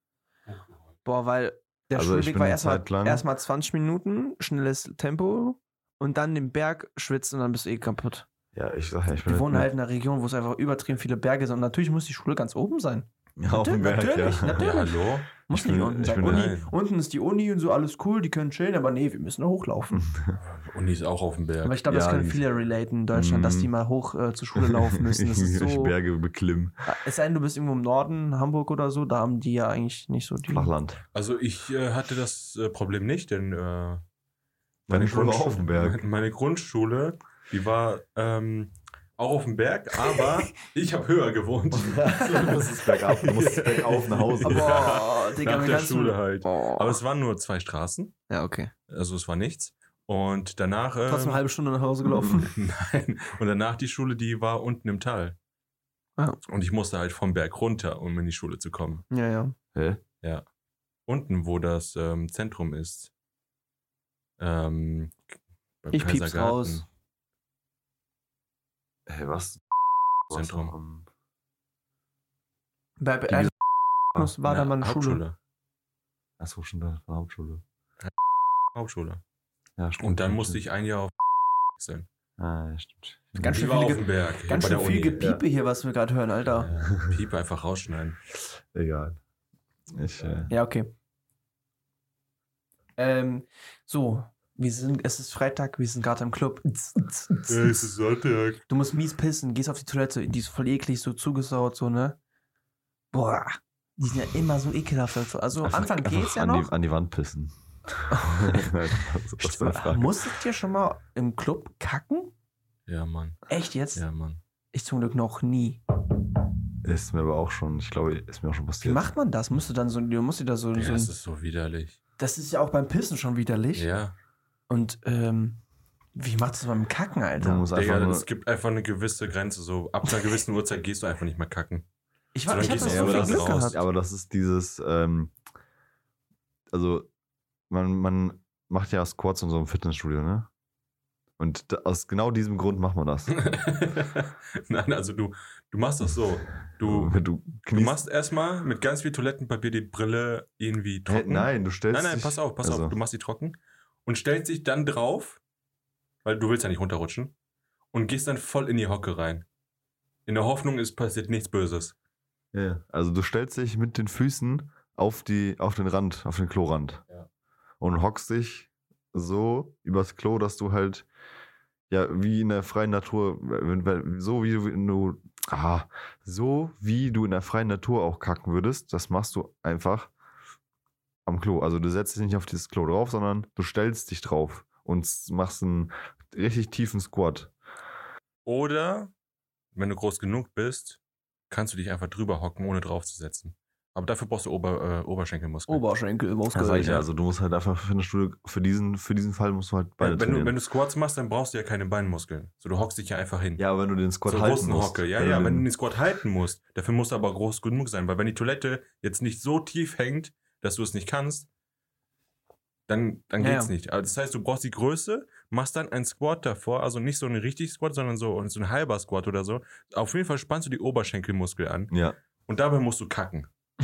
Boah, weil der Schulweg war erstmal 20 Minuten, schnelles Tempo und dann den Berg schwitzen und dann bist du kaputt. Ja, ich sag ja, ich bin... Wir wohnen halt in einer Region, wo es einfach übertrieben viele Berge sind und natürlich muss die Schule ganz oben sein. Ja, auf dem Berg, natürlich. Ja, hallo? Muss nicht unten sein. Unten ist die Uni und so, alles cool, die können chillen, aber nee, wir müssen da hochlaufen. Uni ist auch auf dem Berg. Aber ich glaube, das können viele relaten in Deutschland, dass die mal hoch zur Schule laufen müssen. Das ist so, Berge beklimmen. Es sei denn, du bist irgendwo im Norden, Hamburg oder so, da haben die ja eigentlich nicht so die... Flachland. Also ich hatte das Problem nicht, denn meine Schule war auf dem Berg. Meine Grundschule, die war auch auf dem Berg, aber ich habe höher gewohnt. Du musstest bergauf nach Hause. Boah, Digga, nach der Schule halt. Boah. Aber es waren nur 2 Straßen. Ja, okay. Also es war nichts. Und danach... Trotzdem eine halbe Stunde nach Hause gelaufen? Nein. Und danach die Schule, die war unten im Tal. Ah. Und ich musste halt vom Berg runter, um in die Schule zu kommen. Ja. Hä? Ja. Unten, wo das Zentrum ist. Beim ich piep's raus. Hey, was? Zentrum. War da mal eine Schule. Achso, schon da war Hauptschule. Hauptschule. Ja, stimmt. Und dann musste ich ein Jahr auf wechseln. Ah, ja, stimmt. Ganz schön auf dem Berg. Ganz schön viel Gepiepe hier, was wir gerade hören, Alter. Ja, Piepe einfach rausschneiden. Egal. Ja, okay. So, es ist Freitag, wir sind gerade im Club. Es ist Sonntag. Du musst mies pissen, gehst auf die Toilette, die ist voll eklig, so zugesaut, so, ne? Boah, die sind ja immer so ekelhaft. Also am Anfang geht's ja noch. An die Wand pissen. Musstet ihr schon mal im Club kacken? Ja, Mann. Echt jetzt? Ja, Mann. Ich zum Glück noch nie. Ist mir aber auch schon, ich glaube, ist mir auch schon passiert. Wie macht man das? Musst du da so... Das ist so widerlich. Das ist ja auch beim Pissen schon widerlich. Ja. Und, wie macht das beim Kacken, Alter? Es gibt einfach eine gewisse Grenze. So, ab einer gewissen Uhrzeit gehst du einfach nicht mehr kacken. Ich hab das so viel Glück gehabt. Aber das ist dieses, also, man macht ja Squats in so einem Fitnessstudio, ne? Und aus genau diesem Grund macht man das. Nein, also du machst das so. Du machst erstmal mit ganz viel Toilettenpapier die Brille irgendwie trocken. Nein, du stellst Nein, pass auf. Du machst die trocken und stellst dich dann drauf, weil du willst ja nicht runterrutschen, und gehst dann voll in die Hocke rein. In der Hoffnung, es passiert nichts Böses. Ja, also du stellst dich mit den Füßen auf den Rand, auf den Klorand. Ja. Und hockst dich so übers Klo, dass du halt, ja, wie in der freien Natur, so wie du in der freien Natur auch kacken würdest, das machst du einfach am Klo. Also du setzt dich nicht auf dieses Klo drauf, sondern du stellst dich drauf und machst einen richtig tiefen Squat. Oder, wenn du groß genug bist, kannst du dich einfach drüber hocken, ohne draufzusetzen. Aber dafür brauchst du Oberschenkelmuskeln. Oberschenkelmuskeln. Das sag ich ja, also du musst halt einfach für diesen Fall musst du halt Beine trainieren. Wenn du Squats machst, dann brauchst du ja keine Beinmuskeln. So, du hockst dich ja einfach hin. Ja, aber wenn du den Squat so halten musst. Hocke. Ja, wenn du den Squat halten musst, dafür musst du aber groß genug sein. Weil wenn die Toilette jetzt nicht so tief hängt, dass du es nicht kannst, dann geht's nicht. Also das heißt, du brauchst die Größe, machst dann einen Squat davor, also nicht so einen richtig Squat, sondern so ein halber Squat oder so. Auf jeden Fall spannst du die Oberschenkelmuskel an. Ja. Und dabei musst du kacken.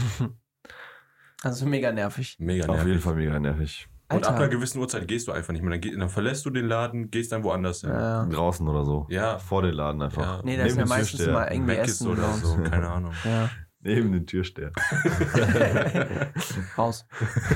Also mega nervig. Mega nervig. Auf jeden Fall mega nervig. Und Alter. ab einer gewissen Uhrzeit gehst du einfach nicht mehr. Dann verlässt du den Laden, gehst dann woanders hin. Ja. Draußen oder so. Ja. Vor den Laden einfach. Ja. Nee, das ist Neben ja dem meistens Türsteher. immer irgendwie Weg ist Essen oder so, keine Ahnung. Ja, Neben den Türsteher. raus.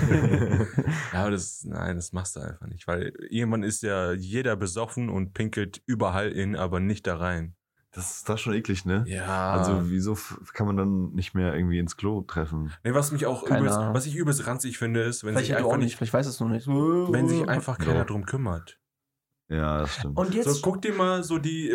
Ja, aber das machst du einfach nicht. Weil irgendwann ist ja jeder besoffen und pinkelt überall in, aber nicht da rein. Das ist schon eklig, ne? Ja. Also wieso kann man dann nicht mehr irgendwie ins Klo treffen? Nee, was ich übelst ranzig finde, ist, wenn Vielleicht sich du einfach auch nicht, vielleicht weiß es noch nicht. wenn sich einfach keiner Ja. drum kümmert. Ja, das stimmt. Und jetzt So, guck dir mal so die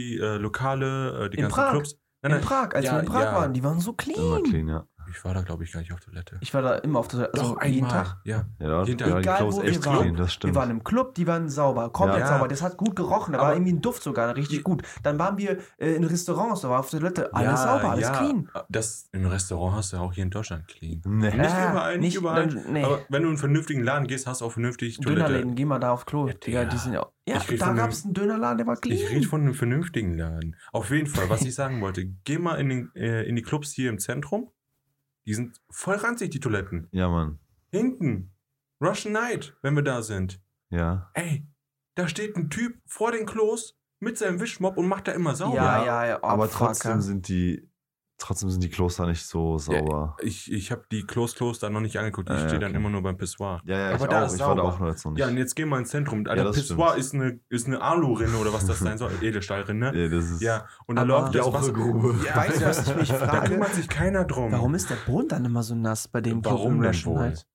Lokale, die In ganzen Prag. Clubs. in Prag, als Ja, wir in Prag ja. waren, die waren so Immer clean. clean, ja. Ich war da, glaube ich, gar nicht auf Toilette. Ich war da immer auf der Doch, jeden einmal. Tag. Ja. Ja, Jeden Tag. ja, die Egal, Klos wo echt wir waren. clean, das stimmt. Wir waren im Club, die waren sauber, komplett Ja. sauber. Das hat gut gerochen, da war Aber- irgendwie ein Duft sogar, richtig gut. Dann waren wir in Restaurants, da war auf der Toilette, alles sauber, alles clean. Das im Restaurant hast du ja auch hier in Deutschland clean. Nee. Nicht überall, nicht überall. Nee. Aber wenn du in einen vernünftigen Laden gehst, hast du auch vernünftig Toilette. Dönerläden, geh mal da auf Klo. Ja, Digga, die ja. sind ja. Ja, Ich red da von gab einem- es einen Dönerladen, der war clean. Ich rede von einem vernünftigen Laden. Auf jeden Fall, was ich sagen wollte, geh mal in die Clubs hier im Zentrum. Die sind voll ranzig, die Toiletten. Ja, Mann. Hinten. Russian Night, wenn wir da sind. Ja. Ey, da steht ein Typ vor den Klos mit seinem Wischmopp und macht da immer sauber. Ja. Oh, Aber fuck, trotzdem ja. sind die Klos da nicht so sauber. Ich habe die Klos da noch nicht angeguckt. Ich Ja, stehe dann okay. immer nur beim Pissoir. Ja, Aber ich da auch. ist Ich war da sauber. auch noch jetzt noch nicht. Ja, und jetzt gehen wir ins Zentrum. Ja, Alter, das Pissoir ist eine Alu-Rinne oder was das sein soll. Edelstahlrinne. Ja, das ist Ja, und da Aber- läuft das Wasser. Jauchegrube. Ja, Weißt du, was ich mich da frage? kümmert sich keiner drum. Warum ist der Boden dann immer so nass bei dem Club Warum im denn Russian wohl? Night?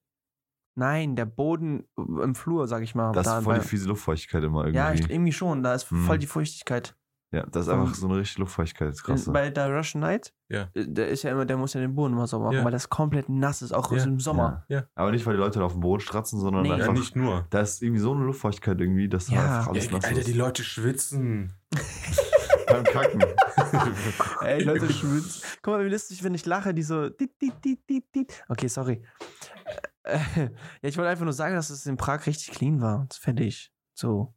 Nein, der Boden im Flur, sag ich mal. Das da ist voll bei- die fiese Luftfeuchtigkeit immer irgendwie. Ja, irgendwie schon. Da ist Mhm. voll die Feuchtigkeit. Ja, das ist Ähm, einfach so eine richtige Luftfeuchtigkeit. Das ist krass. Bei der Russian Night, Ja. der ist ja immer, der muss ja den Boden immer sauber machen, Ja. weil das komplett nass ist, auch Ja. im Sommer. Ja. Aber nicht, weil die Leute da auf dem Boden stratzen, sondern Nee. Ja, einfach. nicht nur. Da ist irgendwie so eine Luftfeuchtigkeit irgendwie, dass Ja. da einfach alles Ja, nass Alter, ist. die Leute schwitzen. Beim Kacken. Ey, Leute schwitzen. Guck mal, wie lustig, wenn ich lache, die so. Okay, sorry. Ja, ich wollte einfach nur sagen, dass es in Prag richtig clean war. Das fände ich so.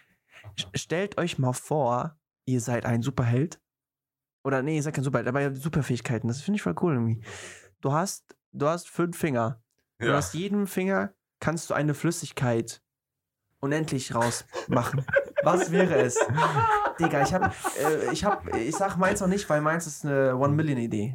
Stellt euch mal vor, ihr seid ein Superheld. Oder nee, ihr seid kein Superheld, aber ihr habt Superfähigkeiten. Das finde ich voll cool irgendwie. Du hast 5 Finger. Du Ja. aus jedem Finger kannst du eine Flüssigkeit unendlich rausmachen. Was wäre es? Digga, ich sag meins noch nicht, weil meins ist eine 1 Million Idee.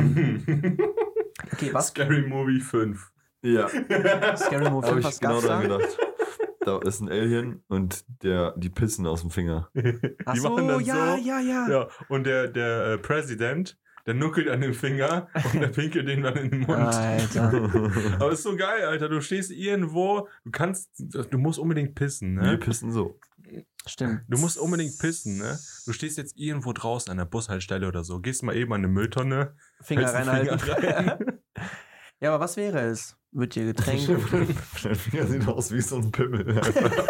Okay, was? Scary Movie 5. Ja. Scary Movie, Habe was ich genau gab's daran da? gedacht. Da ist ein Alien und die pissen aus dem Finger. Ach Die so, machen dann ja, so. ja. Ja, und der Präsident, der nuckelt an den Finger und der pinkelt den dann in den Mund. Alter. Aber ist so geil, Alter. Du stehst irgendwo, du musst unbedingt pissen, Wir ne? pissen so. Stimmt. Du musst unbedingt pissen, ne? Du stehst jetzt irgendwo draußen an der Bushaltestelle oder so, gehst mal eben an eine Mülltonne, Finger hältst den reinhalten. Finger rein. Ja, aber was wäre es? Wird dir Getränk? Dein Finger sieht aus wie so ein Pimmel.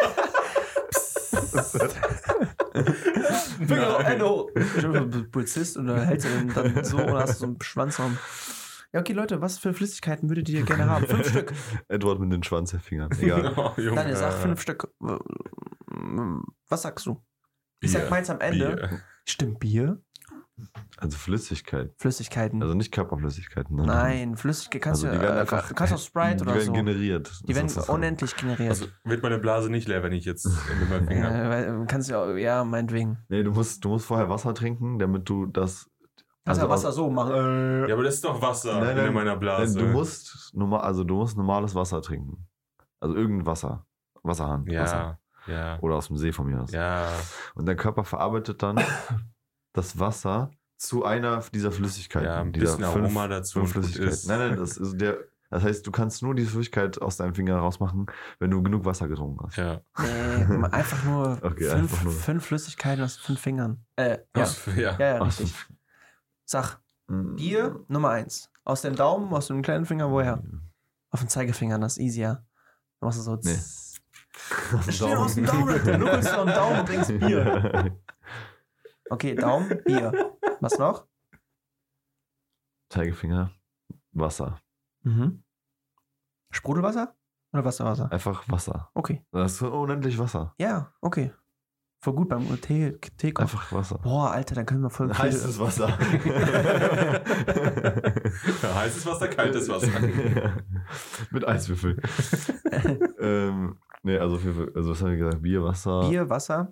Finger Endo. Polizist und dann hältst du den dann so oder hast du so einen Schwanzraum. Ja, okay, Leute, was für Flüssigkeiten würdet ihr gerne haben? 5 Stück. Edward mit den Schwanzfingern. Egal. Oh, Junge. Dann sag 5 Stück. Was sagst du? Ich sag Bier. meins am Ende. Bier. Stimmt, Bier? Also Flüssigkeit. Flüssigkeiten. Also nicht Körperflüssigkeiten. sondern- Nein, Flüssigkeit kannst Also du die werden einfach. kannst auch Sprite die oder werden so. generiert. Die werden Das ist das unendlich generiert. Also wird meine Blase nicht leer, wenn ich jetzt mit meinem Finger. weil, kannst du ja, ja, meinetwegen. Nee, du musst vorher Wasser trinken, damit du das. Kannst ja also Wasser so machen. Ja, aber das ist doch Wasser Nein, nein, in meiner Blase. Du musst normales Wasser trinken. Also irgendein Wasser. Wasserhahn. Wasser. ja, Oder aus dem See von mir aus. ja. Und dein Körper verarbeitet dann das Wasser zu einer dieser Flüssigkeiten. Ja, ein dieser bisschen Aroma dazu fünf und gut Flüssigkeiten. ist. Nein, das ist Das heißt, du kannst nur die Flüssigkeit aus deinem Finger rausmachen, wenn du genug Wasser getrunken hast. Ja. Nee, einfach nur, Okay, fünf, einfach nur. 5 Flüssigkeiten aus 5 Fingern. Ja. Ja. Ja, Ach richtig. Sag, so. Bier Nummer 1. Aus dem Daumen, aus dem kleinen Finger, woher? Auf dem Zeigefinger, das ist easier. Du machst so. Nee. Das steht aus dem Daumen, Alter. Du nuckelst am Daumen und trinkst Bier. Okay, Daumen, Bier. Was noch? Zeigefinger, Wasser. Mhm. Sprudelwasser? Oder Wasserwasser? Einfach Wasser. Okay. Das ist unendlich Wasser. Ja, okay. Voll gut beim Tee Einfach Wasser. Boah, Alter, dann können wir voll viel. Heißes Wasser. Heißes Wasser, kaltes Wasser. Mit Eiswürfel. Nee, also, also was haben wir gesagt? Bier, Wasser. Bier, Wasser.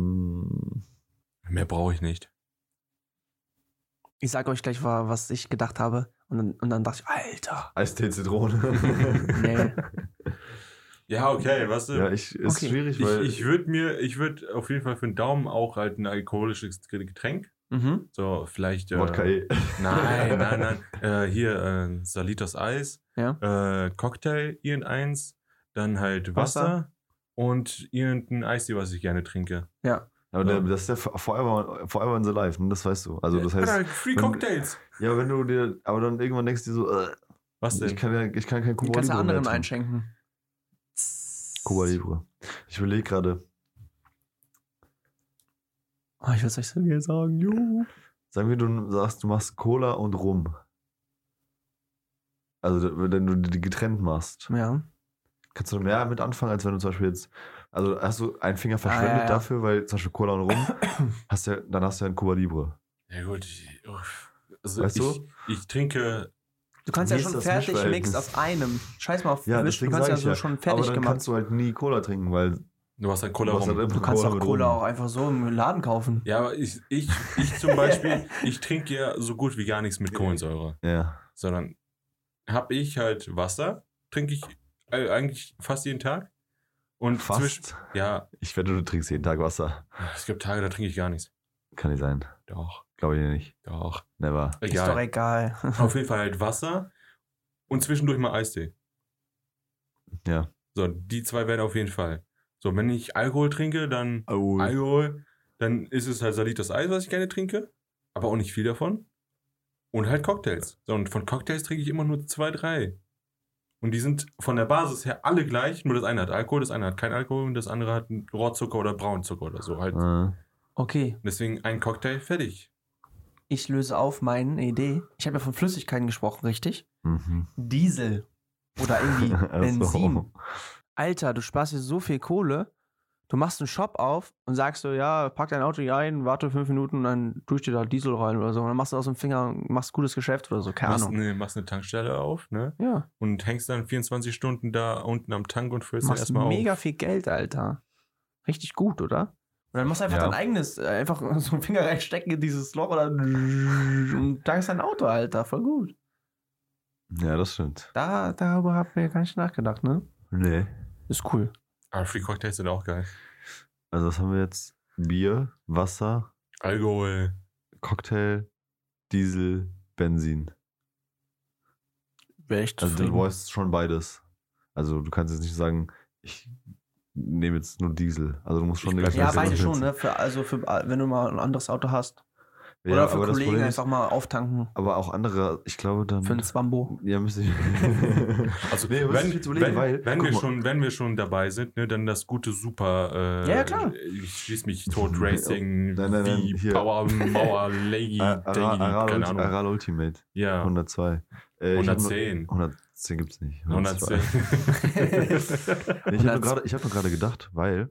Mehr brauche ich nicht. Ich sag euch gleich, was ich gedacht habe. Und dann dachte ich, Alter. Eistee, Zitrone. Nee. Ja, okay, was Ja, ist Okay. schwierig, weil. ich würde auf jeden Fall für den Daumen auch halt ein alkoholisches Getränk. Mhm. So, vielleicht. Wodka eh. Nein. Hier, Salitos Eis. Ja. Cocktail, irgendeins. Dann halt Wasser. Und irgendein Eistee, was ich gerne trinke. Ja. Aber das ist ja forever in the life, ne? Das weißt du. Also das heißt. Alter, Free wenn- Cocktails. Ja, wenn du dir. Aber dann irgendwann denkst du dir so, Was denn? ich kann kein Die Cuba kannst du Libre mehr anderen trinken. einschenken. Cuba Libre. Ich überlege gerade. Oh, ich würde es euch so gerne sagen, jo. Sagen wir, du sagst, du machst Cola und Rum. Also, wenn du die getrennt machst, Ja. kannst du mehr mit anfangen, als wenn du zum Beispiel jetzt. Also, hast du einen Finger verschwendet ja. dafür, weil zum Beispiel Cola und Rum, dann hast du ja ein Cuba Libre. Ja, gut. Also Weißt du? ich trinke. Du kannst Wie ja ist schon das fertig Mischverhältnis? mixen aus einem. Scheiß mal auf Ja, Misch, du deswegen kannst sage ja ich so ja. schon Aber fertig dann gemacht. kannst du halt nie Cola trinken, weil Du hast dann Cola du hast halt rum. immer Du kannst auch mit Cola Rum. auch einfach so im Laden kaufen. Ja, aber ich zum Beispiel, ich trinke ja so gut wie gar nichts mit Kohlensäure. Ja. Sondern habe ich halt Wasser, trinke ich eigentlich fast jeden Tag. Und Fast. Ja, Ich wette, du trinkst jeden Tag Wasser. es gibt Tage, da trinke ich gar nichts. Kann nicht sein. Doch, Glaube ich nicht. doch. Never. Ist doch egal. Auf jeden Fall halt Wasser und zwischendurch mal Eistee. Ja. So, die zwei werden auf jeden Fall. So, wenn ich Alkohol trinke, dann Oh. Alkohol, dann ist es halt Salitos Eis, was ich gerne trinke, aber auch nicht viel davon. Und halt Cocktails. So, und von Cocktails trinke ich immer nur 2, 3. Und die sind von der Basis her alle gleich, nur das eine hat Alkohol, das eine hat kein Alkohol und das andere hat einen Rohrzucker oder Braunzucker oder so halt. Okay, Deswegen ein Cocktail, fertig. ich löse auf meine Idee. Ich habe ja von Flüssigkeiten gesprochen, richtig? Mhm. Diesel. Oder irgendwie Ach so. Benzin. Alter, du sparst dir so viel Kohle. Du machst einen Shop auf und sagst so, ja, pack dein Auto hier ein, warte 5 Minuten und dann tue ich dir da Diesel rein oder so. Und dann machst du aus dem Finger, machst gutes Geschäft oder so, keine Ahnung. Machst eine Tankstelle auf, ne? Ja, Und hängst dann 24 Stunden da unten am Tank und füllst den machst erstmal mega auf. viel Geld, Alter. Richtig gut, oder? Und dann machst du einfach Ja. dein eigenes, einfach so einen Finger reinstecken in dieses Loch oder und tankst dein Auto, Alter. Voll gut. Ja, das stimmt. Darüber haben wir gar nicht nachgedacht, ne? Nee. Ist cool. Aber Free Cocktails sind auch geil. Also was haben wir jetzt? Bier, Wasser, Alkohol. Cocktail, Diesel, Benzin. Wäre echt Also du brauchst schon beides. Also du kannst jetzt nicht sagen, ich nehme jetzt nur Diesel. Also du musst schon Ich bleib- Ja, ganze beide Benzin. schon, ne? Wenn du mal ein anderes Auto hast. Ja, Oder für aber das Kollegen Problem ist, einfach mal auftanken. aber auch andere, ich glaube dann. Für ein Zwambo. Ja, müsste ich. Also Nee, müsste ich jetzt überlegen, weil. wenn guck mal. wir schon dabei sind, ne, dann das gute Super Ja, klar. Ich schieß mich tot Racing Nein, wie hier. Power Mauer Leggy keine Ahnung. Aral Ultimate. Ja, 102. Ich hab 110. nur- 110 gibt's nicht. 110. Nee, ich hab nur gerade gedacht, weil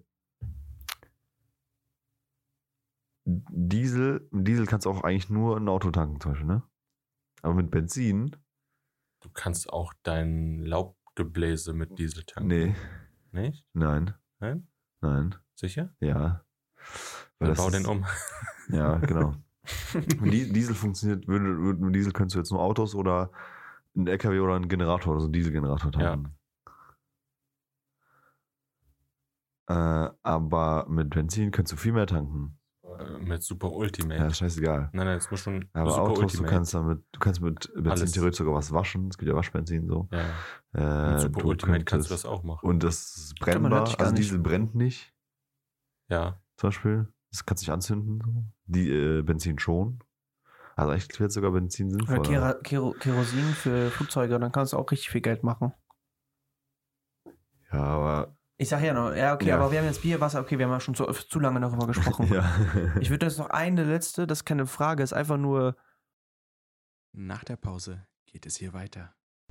Diesel kannst du auch eigentlich nur ein Auto tanken, zum Beispiel, ne? Aber mit Benzin, Du kannst auch dein Laubgebläse mit Diesel tanken. nee, Nicht? nein, Nein? nein, Sicher? ja. Weil Dann das bau ist- den um. Ja, genau. Und Diesel funktioniert, mit Diesel könntest du jetzt nur Autos oder einen LKW oder einen Generator, also einen Dieselgenerator tanken. Aber mit Benzin kannst du viel mehr tanken. Mit Super Ultimate. Ja, scheißegal. Nein, es muss schon Aber Super Autos, Ultimate. du kannst mit Benzin Alles. theoretisch sogar was waschen. Es gibt ja Waschbenzin so. Ja. Mit Super du Ultimate kannst du könntest- das auch machen. Und das ist man hört brennbar. dich gar Also nicht. Diesel brennt nicht, Ja. zum Beispiel. Das kannst du nicht anzünden. So. Die Benzin schon. Also eigentlich wird sogar Benzin Oder sinnvoller. Kerosin für Flugzeuge, dann kannst du auch richtig viel Geld machen. Ja, aber Ich sag ja noch, ja, okay, Ja. aber wir haben jetzt Bier, Wasser, okay, wir haben ja schon zu lange darüber gesprochen. ja. Ich würde jetzt noch eine letzte, das ist keine Frage, ist einfach nur, Nach der Pause geht es hier weiter.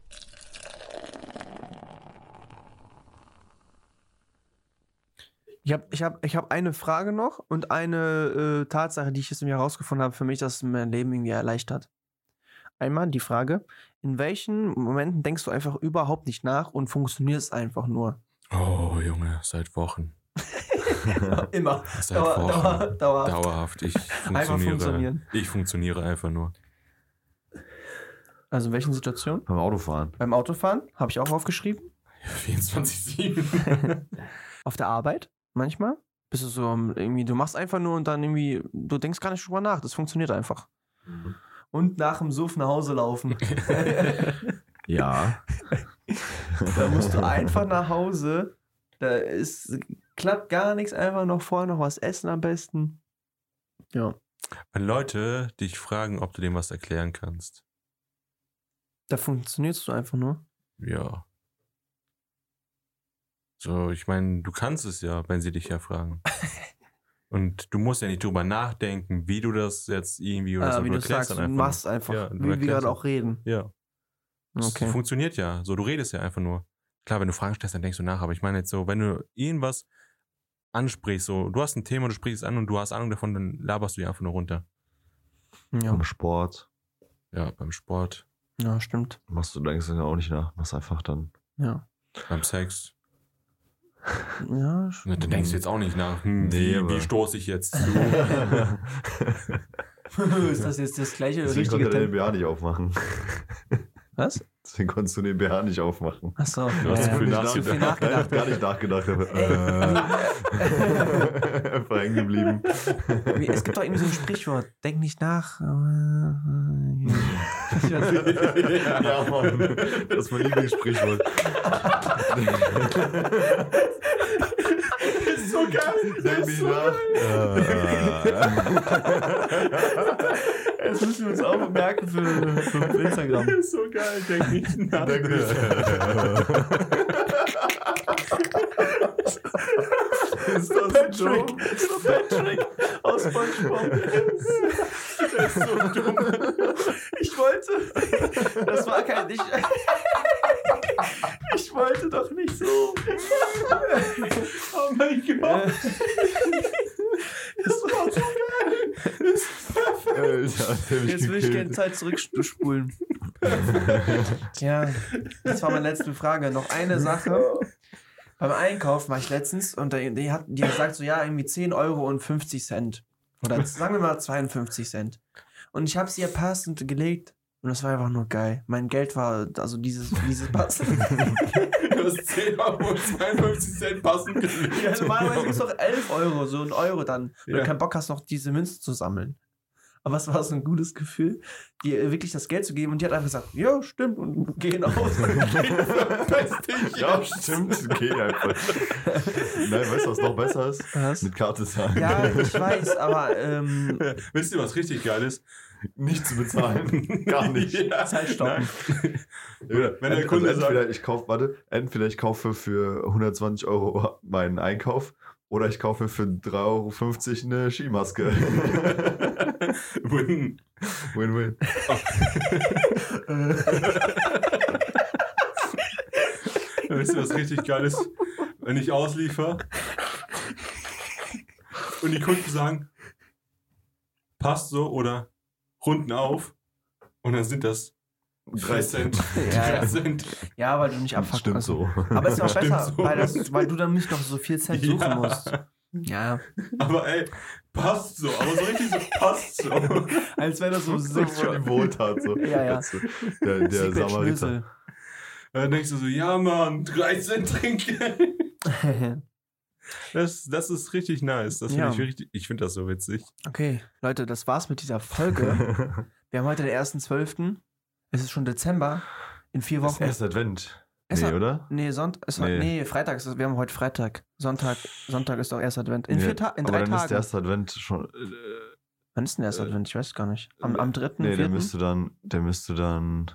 ich hab eine Frage noch und eine Tatsache, die ich jetzt mir herausgefunden habe, für mich, dass es mein Leben irgendwie erleichtert. Einmal die Frage, in welchen Momenten denkst du einfach überhaupt nicht nach und funktionierst einfach nur? Oh, Junge, seit Wochen. Immer. Seit Wochen. Dauerhaft. Dauerhaft. Ich Einfach funktionieren. funktioniere einfach nur. Also in welchen Situationen? Beim Autofahren. Beim Autofahren, habe ich auch aufgeschrieben. 24/7. Auf der Arbeit, manchmal. Bist du so irgendwie, du machst einfach nur und dann irgendwie, du denkst gar nicht drüber nach, das funktioniert einfach. Und nach dem Suff nach Hause laufen. Ja. Da musst du einfach nach Hause. Klappt gar nichts, einfach noch vorher noch was essen am besten. Ja. Wenn Leute dich fragen, ob du dem was erklären kannst. Da funktionierst du einfach nur. Ja. So, ich meine, du kannst es ja, wenn sie dich ja fragen. Und du musst ja nicht drüber nachdenken, wie du das jetzt irgendwie oder so. Wie du erklärst sagst, dann du machst einfach, Ja, du wie wir erklärst gerade dann. auch reden. Ja. Das Okay. funktioniert ja. So, du redest ja einfach nur. Klar, wenn du Fragen stellst, dann denkst du nach. Aber ich meine jetzt so, wenn du irgendwas ansprichst, so, du hast ein Thema, du sprichst es an und du hast Ahnung davon, dann laberst du ja einfach nur runter. Ja, Beim Sport Ja, beim Sport, ja, stimmt. machst du denkst du auch nicht nach. Machst einfach dann. Ja. beim Sex. Ja, Da denkst du jetzt auch nicht nach, Nee, aber- wie stoße ich jetzt zu? ist das jetzt das gleiche Deswegen richtige konnte er den Tempo? BH nicht aufmachen. Was? Deswegen konntest du den BH nicht aufmachen. Achso. Du hast zu viel zu viel nachgedacht. Gar nicht nachgedacht. Einfach hängen geblieben. Es gibt doch irgendwie so ein Sprichwort. Denk nicht nach. Ja, Mann. Das ist mein Lieblingssprichwort. Das ist so geil. Denk nicht nach. Das müssen wir uns auch merken für Instagram. ist so geil, denk nicht nach. Denk nicht. Ist das Patrick. dumm? Patrick aus SpongeBob. Der ist so dumm. Ich wollte. Das war kein. Ich wollte doch nicht so. Oh mein Gott. Das war so geil. Das ist perfekt. Alter, Jetzt will ich gerne Zeit zurückspulen. Ja, das war meine letzte Frage. Noch eine Sache. Beim Einkauf war ich letztens und die hat gesagt so, ja, irgendwie 10 Euro und 50 Cent. Oder sagen wir mal 52 Cent. Und ich habe sie ja passend gelegt und das war einfach nur geil. Mein Geld war, also dieses passend. Du hast 10 Euro und 52 Cent passend gelegt. Ja, normalerweise ist doch 11 Euro, so ein Euro dann. Wenn Ja. du keinen Bock hast, noch diese Münzen zu sammeln. Aber es war so ein gutes Gefühl, dir wirklich das Geld zu geben. Und die hat einfach gesagt, ja, stimmt. Und gehen aus. Ja, stimmt. Geh einfach. Nein, weißt du, was noch besser ist? Was? Mit Karte zahlen. Ja, ich weiß, aber Wisst ihr, was richtig geil ist? Nicht zu bezahlen. Gar nicht. Ja. Zeit stoppen. Oder Wenn der Kunde entweder ich kaufe für 120 Euro meinen Einkauf oder ich kaufe für 3,50 Euro eine Skimaske. Win. Win-win. Wisst ihr, was richtig geil ist? Wenn ich ausliefer und die Kunden sagen, passt so oder runden auf und dann sind das 3 Cent. Ja, 3 ja. Cent. Ja, weil du nicht abfuckst. Stimmt so. Aber es ist auch Stimmt besser, so. weil du dann nicht noch so viel Cent suchen Ja. musst. Ja. Aber ey, passt so. Aber so richtig so, passt so. Als wäre das so So voll die Wohltat. So. Ja, ja. So, der Secret Samariter. Schnösel. Dann denkst du so, ja Mann, 3 Cent Trinkgeld. Das ist richtig nice. Das Ja. ich finde das so witzig. Okay, Leute, das war's mit dieser Folge. Wir haben heute den 1.12. Es ist schon Dezember. In 4 Das ist Wochen. erst Advent. Ist Nee, er- oder? Nee, Nee. Freitag ist es. Wir haben heute Freitag. Sonntag ist doch erst Advent. In, Nee, 4 in aber 3 dann ist der Tagen. erste Advent schon. Wann ist denn der erste Advent? Ich weiß es gar nicht. Am 3., Nee, 4.? der müsste dann.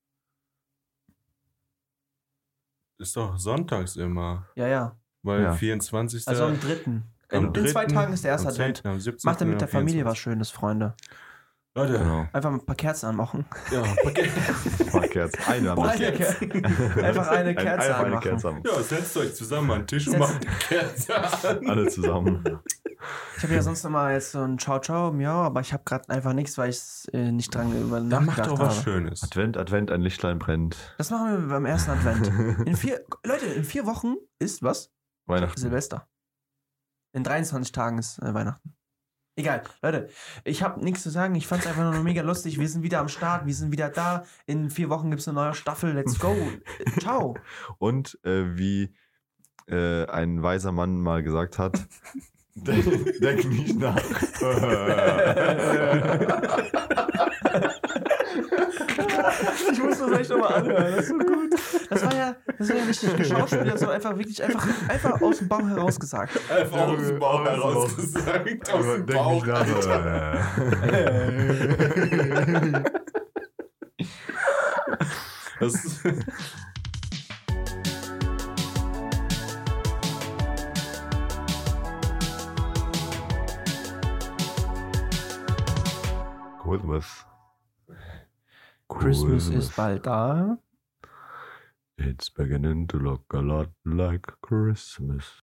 Ist doch sonntags immer. Ja. Weil Ja. 24. Also am 3. am In 2 3., Tagen ist der erste am 10., Advent. am 17., Macht ihr mit der am Familie 24.. was Schönes, Freunde. Leute, Genau. Einfach mal ein paar Kerzen anmachen. ja, Kerze. Eine am Eine besten. Kerze. Einfach eine Kerze Einfach eine anmachen. Kerze am- ja, setzt euch zusammen an den Tisch und Setzt- macht eine Kerze an. Alle zusammen. Ich habe ja sonst immer jetzt so ein Ciao, Miau, aber ich habe gerade einfach nichts, weil ich nicht dran über Dann macht nachgedacht doch was habe. Schönes. Advent, ein Lichtlein brennt. Das machen wir beim ersten Advent. In 4 Wochen ist was? Weihnachten. Silvester. In 23 Tagen ist Weihnachten. Egal, Leute, ich habe nichts zu sagen. Ich fand es einfach nur mega lustig. Wir sind wieder am Start, wir sind wieder da. In 4 Wochen gibt es eine neue Staffel. Let's go. Ciao. Und wie ein weiser Mann mal gesagt hat, denk nicht nach. Ich muss das echt nochmal anhören. Das ist so gut. Das war ja nicht geschauspielert, sondern einfach aus dem Bauch heraus gesagt. Einfach aus dem Bauch heraus gesagt. Aus dem Denk Bauch. nicht nach. Das, Christmas ist bald da. It's beginning to look a lot like Christmas.